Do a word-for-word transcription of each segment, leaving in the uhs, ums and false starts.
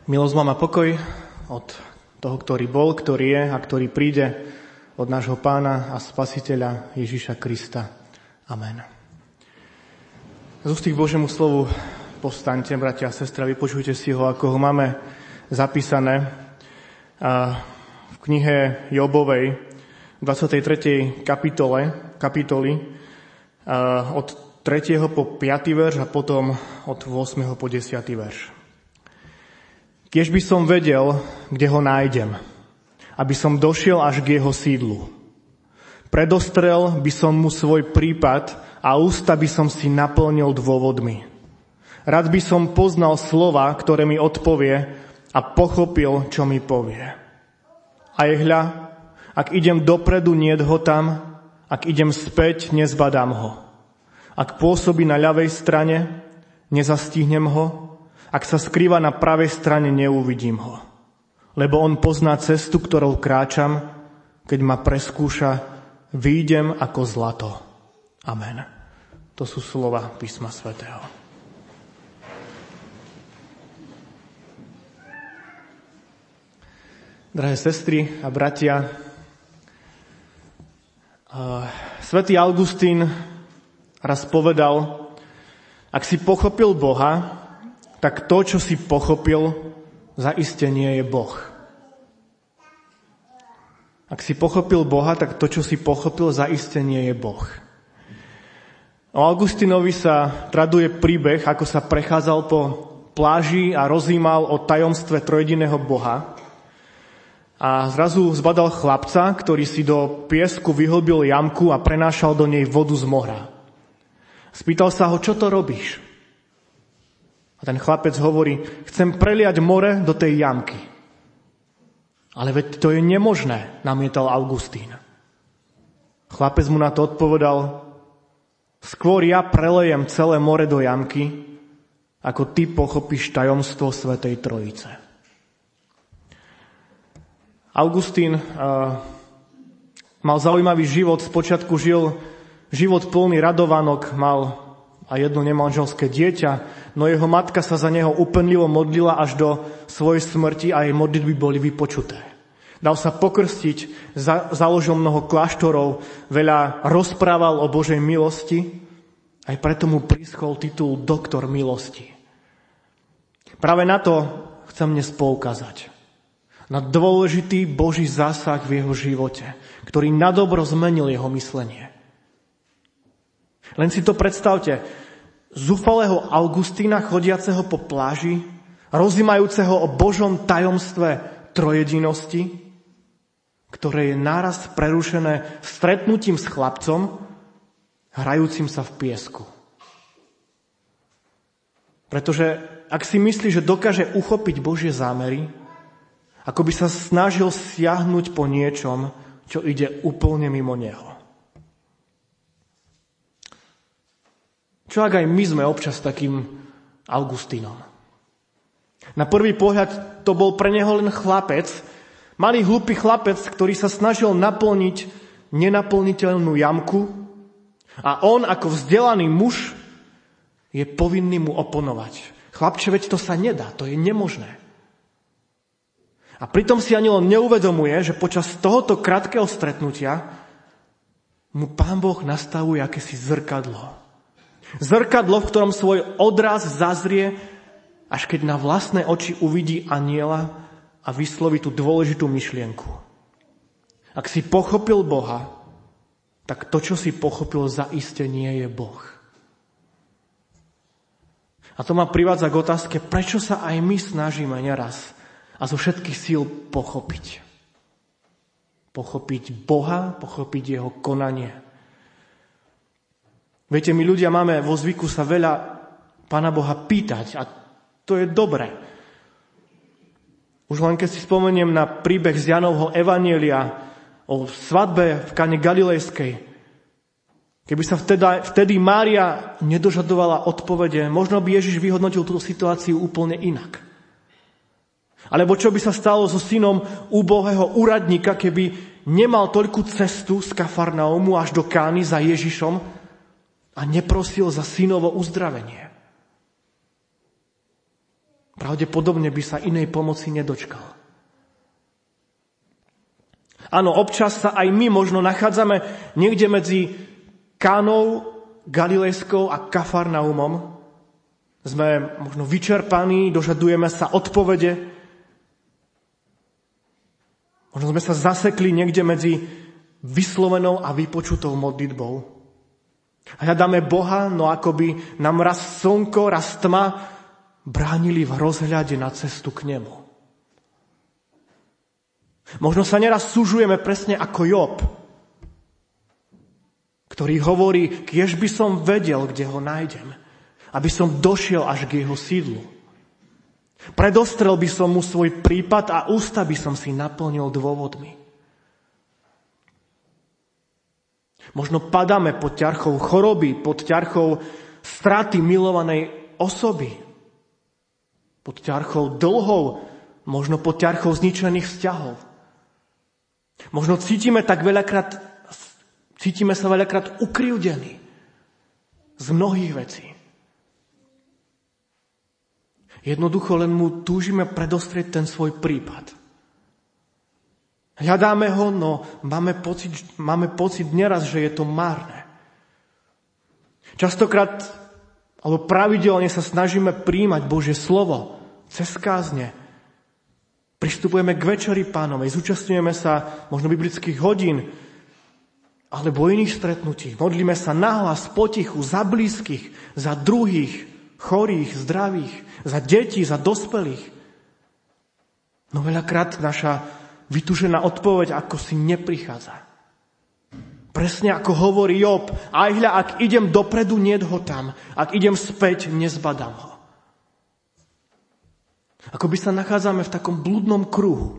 Milosť vám a pokoj od toho, ktorý bol, ktorý je a ktorý príde, od nášho Pána a Spasiteľa Ježiša Krista. Amen. Z ústy k Božiemu slovu povstaňte, bratia a sestra, vypočujte si ho, ako ho máme zapísané v knihe Jobovej, v dvadsiatej tretej kapitole, kapitoli, od tretieho po piaty verš a potom od ôsmeho po desiaty verš. Kiež by som vedel, kde ho nájdem, aby som došiel až k jeho sídlu. Predostrel by som mu svoj prípad a ústa by som si naplnil dôvodmi. Rád by som poznal slova, ktoré mi odpovie a pochopil, čo mi povie. A je hľa, ak idem dopredu, niet ho tam, ak idem späť, nezbadám ho. Ak pôsobí na ľavej strane, nezastihnem ho, ak sa skrýva na pravej strane, neuvidím ho. Lebo on pozná cestu, ktorou kráčam, keď ma preskúša, výjdem ako zlato. Amen. To sú slova písma svätého. Drahé sestry a bratia, svätý Augustín raz povedal, ak si pochopil Boha, tak to, čo si pochopil, zaiste nie je Boh. Ak si pochopil Boha, tak to, čo si pochopil, zaiste nie je Boh. O Augustínovi sa traduje príbeh, ako sa prechádzal po pláži a rozímal o tajomstve trojediného Boha. A zrazu zbadal chlapca, ktorý si do piesku vyhlbil jamku a prenášal do nej vodu z mora. Spýtal sa ho, čo to robíš? A ten chlapec hovorí, chcem preliať more do tej jamky. Ale veď to je nemožné, namietal Augustín. Chlapec mu na to odpovedal, skôr ja prelejem celé more do jamky, ako ty pochopíš tajomstvo Svätej Trojice. Augustín uh, mal zaujímavý život, spočiatku žil život plný radovanok, mal a jedno nemanželské dieťa, no jeho matka sa za neho úpenlivo modlila až do svojej smrti a jej modlitby boli vypočuté. Dal sa pokrstiť, za, založil mnoho kláštorov, veľa rozprával o Božej milosti, aj preto mu prischol titul doktor milosti. Práve na to chcem dnes poukázať. Na dôležitý Boží zásah v jeho živote, ktorý nadobro zmenil jeho myslenie. Len si to predstavte, zúfalého Augustína chodiaceho po pláži, rozímajúceho o Božom tajomstve trojedinosti, ktoré je naraz prerušené stretnutím s chlapcom, hrajúcim sa v piesku. Pretože ak si myslí, že dokáže uchopiť Božie zámery, ako by sa snažil siahnuť po niečom, čo ide úplne mimo neho. Čo ak aj my sme občas takým Augustínom? Na prvý pohľad to bol pre neho len chlapec, malý hlúpy chlapec, ktorý sa snažil naplniť nenaplniteľnú jamku a on ako vzdelaný muž je povinný mu oponovať. Chlapče, veď to sa nedá, to je nemožné. A pritom si ani on neuvedomuje, že počas tohoto krátkeho stretnutia mu Pán Boh nastavuje akési zrkadlo. Zrkadlo, v ktorom svoj odraz zazrie, až keď na vlastné oči uvidí anjela a vysloví tú dôležitú myšlienku. Ak si pochopil Boha, tak to, čo si pochopil, zaiste nie je Boh. A to ma privádza k otázke, prečo sa aj my snažíme neraz a zo všetkých síl pochopiť. Pochopiť Boha, pochopiť jeho konanie. Viete, my ľudia máme vo zvyku sa veľa Pána Boha pýtať a to je dobré. Už len keď si spomeniem na príbeh z Jánovho evanjelia o svadbe v Kane Galilejskej, keby sa vtedy, vtedy Mária nedožadovala odpovede, možno by Ježiš vyhodnotil túto situáciu úplne inak. Alebo čo by sa stalo so synom úbohého úradníka, keby nemal toľkú cestu z Kafarnaumu až do Kány za Ježišom, a neprosil za synovo uzdravenie. Pravdepodobne by sa inej pomoci nedočkal. Áno, občas sa aj my možno nachádzame niekde medzi Kánou Galilejskou a Kafarnaumom. Sme možno vyčerpaní, dožadujeme sa odpovede. Možno sme sa zasekli niekde medzi vyslovenou a vypočutou modlitbou. Hľadáme Boha, no akoby nám raz slnko, raz tma bránili v rozhľade na cestu k nemu. Možno sa neraz sužujeme presne ako Job, ktorý hovorí, kiež by som vedel, kde ho nájdem, aby som došiel až k jeho sídlu. Predostrel by som mu svoj prípad a ústa by som si naplnil dôvodmi. Možno padáme pod ťarchou choroby, pod ťarchou straty milovanej osoby, pod ťarchou dlhov, možno pod ťarchou zničených vzťahov. Možno cítime tak veľakrát, cítime sa veľakrát ukrivdení z mnohých vecí. Jednoducho len mu túžime predostrieť ten svoj prípad. Hľadáme ho, no máme pocit, máme pocit neraz, že je to márne. Častokrát, alebo pravidelne sa snažíme prijímať Božie slovo cez kázne. Pristupujeme k večeri Pánovej, zúčastňujeme sa možno biblických hodín alebo iných stretnutí. Modlíme sa nahlas, potichu, za blízkych, za druhých, chorých, zdravých, za detí, za dospelých. No veľakrát naša vytúžená odpoveď ako si neprichádza. Presne ako hovorí Job, aj hľa, ak idem dopredu, niet ho tam, ak idem späť, nezbadám ho. Ako by sa nachádzame v takom blúdnom kruhu.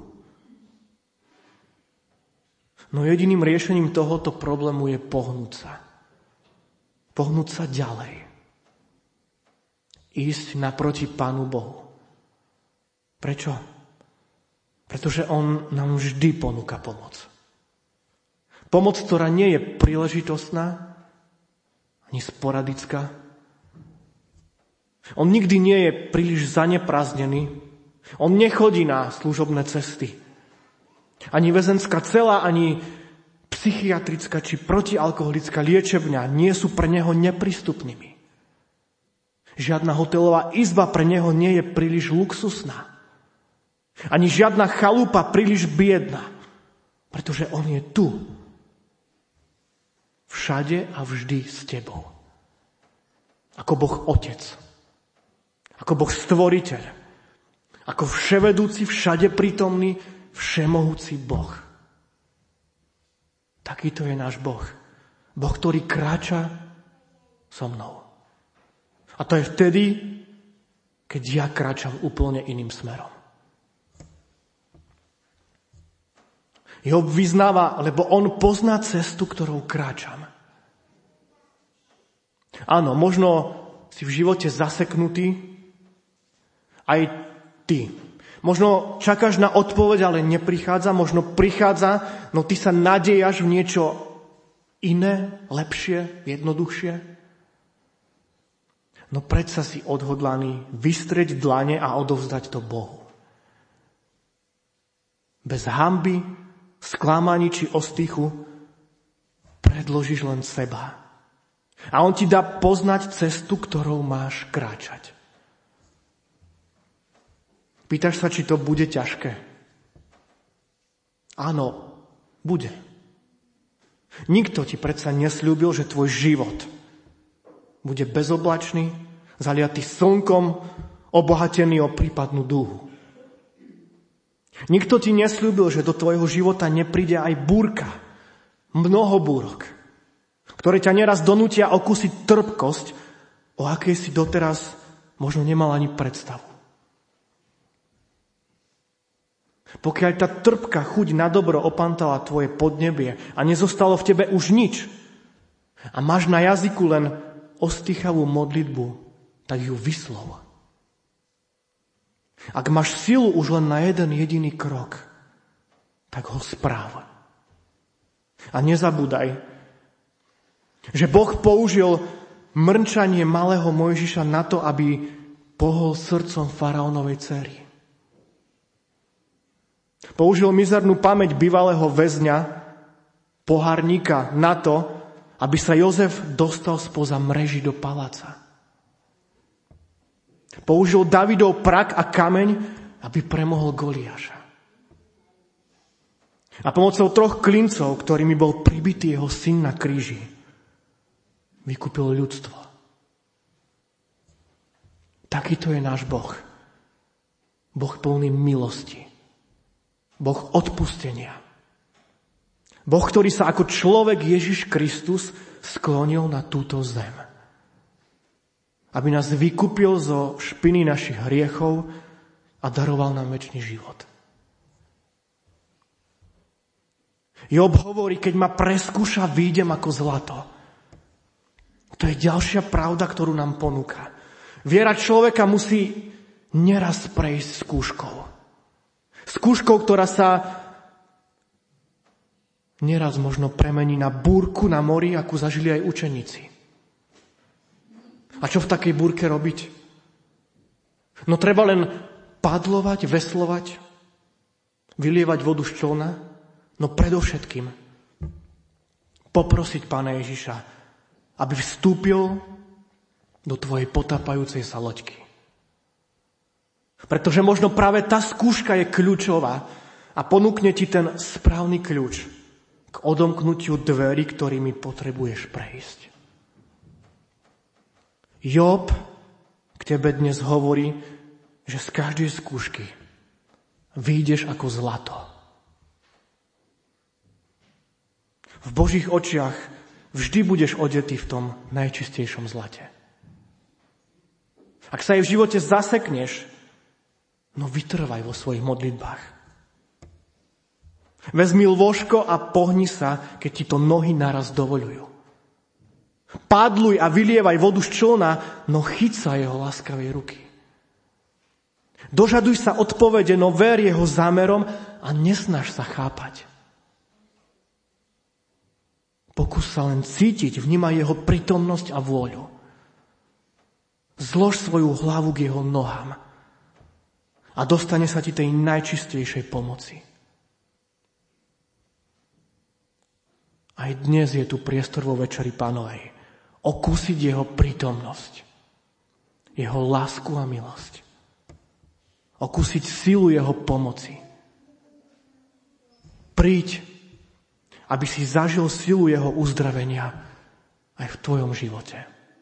No jediným riešením tohoto problému je pohnúť sa. Pohnúť sa ďalej. Ísť naproti Pánu Bohu. Prečo? Pretože on nám vždy ponúka pomoc. Pomoc, ktorá nie je príležitostná, ani sporadická. On nikdy nie je príliš zaneprázdnený. On nechodí na služobné cesty. Ani väzenská cela, ani psychiatrická či protialkoholická liečebňa nie sú pre neho neprístupnými. Žiadna hotelová izba pre neho nie je príliš luxusná. Ani žiadna chalupa príliš biedna. Pretože on je tu. Všade a vždy s tebou. Ako Boh Otec. Ako Boh Stvoriteľ. Ako vševedúci, všade prítomný, všemohúci Boh. Takýto je náš Boh. Boh, ktorý kráča so mnou. A to je vtedy, keď ja kráčam úplne iným smerom. Job vyznáva, lebo on pozná cestu, ktorou kráčam. Áno, možno si v živote zaseknutý, aj ty. Možno čakáš na odpoveď, ale neprichádza, možno prichádza, no ty sa nadejaš v niečo iné, lepšie, jednoduchšie. No predsa si odhodlaný vystrieť dlane a odovzdať to Bohu. Bez hanby, sklamaní či ostychu predložíš len seba. A on ti dá poznať cestu, ktorou máš kráčať. Pýtaš sa, či to bude ťažké? Áno, bude. Nikto ti predsa nesľúbil, že tvoj život bude bezoblačný, zaliatý slnkom, obohatený o prípadnú dúhu. Nikto ti nesľúbil, že do tvojho života nepríde aj búrka, mnoho búrok, ktoré ťa neraz donútia okúsiť trpkosť, o akej si doteraz možno nemal ani predstavu. Pokiaľ tá trpká chuť na dobro opantala tvoje podnebie a nezostalo v tebe už nič a máš na jazyku len ostýchavú modlitbu, tak ju vyslov. Ak máš silu už len na jeden jediný krok, tak ho správ. A nezabúdaj, že Boh použil mrnčanie malého Mojžiša na to, aby pohol srdcom faraónovej dcery. Použil mizernú pamäť bývalého väzňa, pohárníka, na to, aby sa Jozef dostal spoza mreží do paláca. Použil Davidov prak a kameň, aby premohol Goliáša. A pomocou troch klincov, ktorými bol pribitý jeho syn na kríži, vykúpil ľudstvo. Takýto je náš Boh. Boh plný milosti. Boh odpustenia. Boh, ktorý sa ako človek Ježiš Kristus sklonil na túto zem. Aby nás vykúpil zo špiny našich hriechov a daroval nám večný život. Job hovorí, keď ma preskúša, výjdem ako zlato. To je ďalšia pravda, ktorú nám ponúka. Viera človeka musí neraz prejsť skúškou. Skúškou, ktorá sa neraz možno premení na búrku na mori, akú zažili aj učeníci. A čo v takej búrke robiť? No treba len padlovať, veslovať, vylievať vodu z člna, no predovšetkým poprosiť Pána Ježiša, aby vstúpil do tvojej potapajúcej sa loďky. Pretože možno práve tá skúška je kľúčová a ponúkne ti ten správny kľúč k odomknutiu dverí, ktorými potrebuješ prejsť. Job k tebe dnes hovorí, že z každej skúšky vyjdeš ako zlato. V Božích očiach vždy budeš odetý v tom najčistejšom zlate. Ak sa aj v živote zasekneš, no vytrvaj vo svojich modlitbách. Vezmi lôžko a pohni sa, keď ti to nohy naraz dovoľujú. Padluj a vylievaj vodu z člna, no chyť sa jeho láskavej ruky. Dožaduj sa odpovede, no ver jeho zámerom a nesnaž sa chápať. Pokús sa len cítiť, vnímaj jeho prítomnosť a vôľu. Zlož svoju hlavu k jeho nohám a dostane sa ti tej najčistejšej pomoci. Aj dnes je tu priestor vo Večeri Pánovej okúsiť jeho prítomnosť, jeho lásku a milosť. Okúsiť silu jeho pomoci. Príď, aby si zažil silu jeho uzdravenia aj v tvojom živote.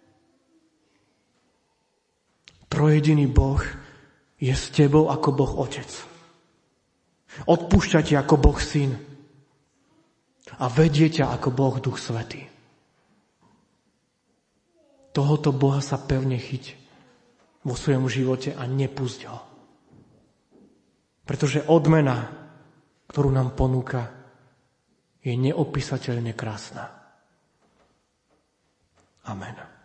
Trojediný Boh je s tebou ako Boh Otec. Odpúšťa ti ako Boh Syn a vedie ťa ako Boh Duch Svätý. Tohoto Boha sa pevne chyť vo svojom živote a nepusť ho. Pretože odmena, ktorú nám ponúka, je neopísateľne krásna. Amen.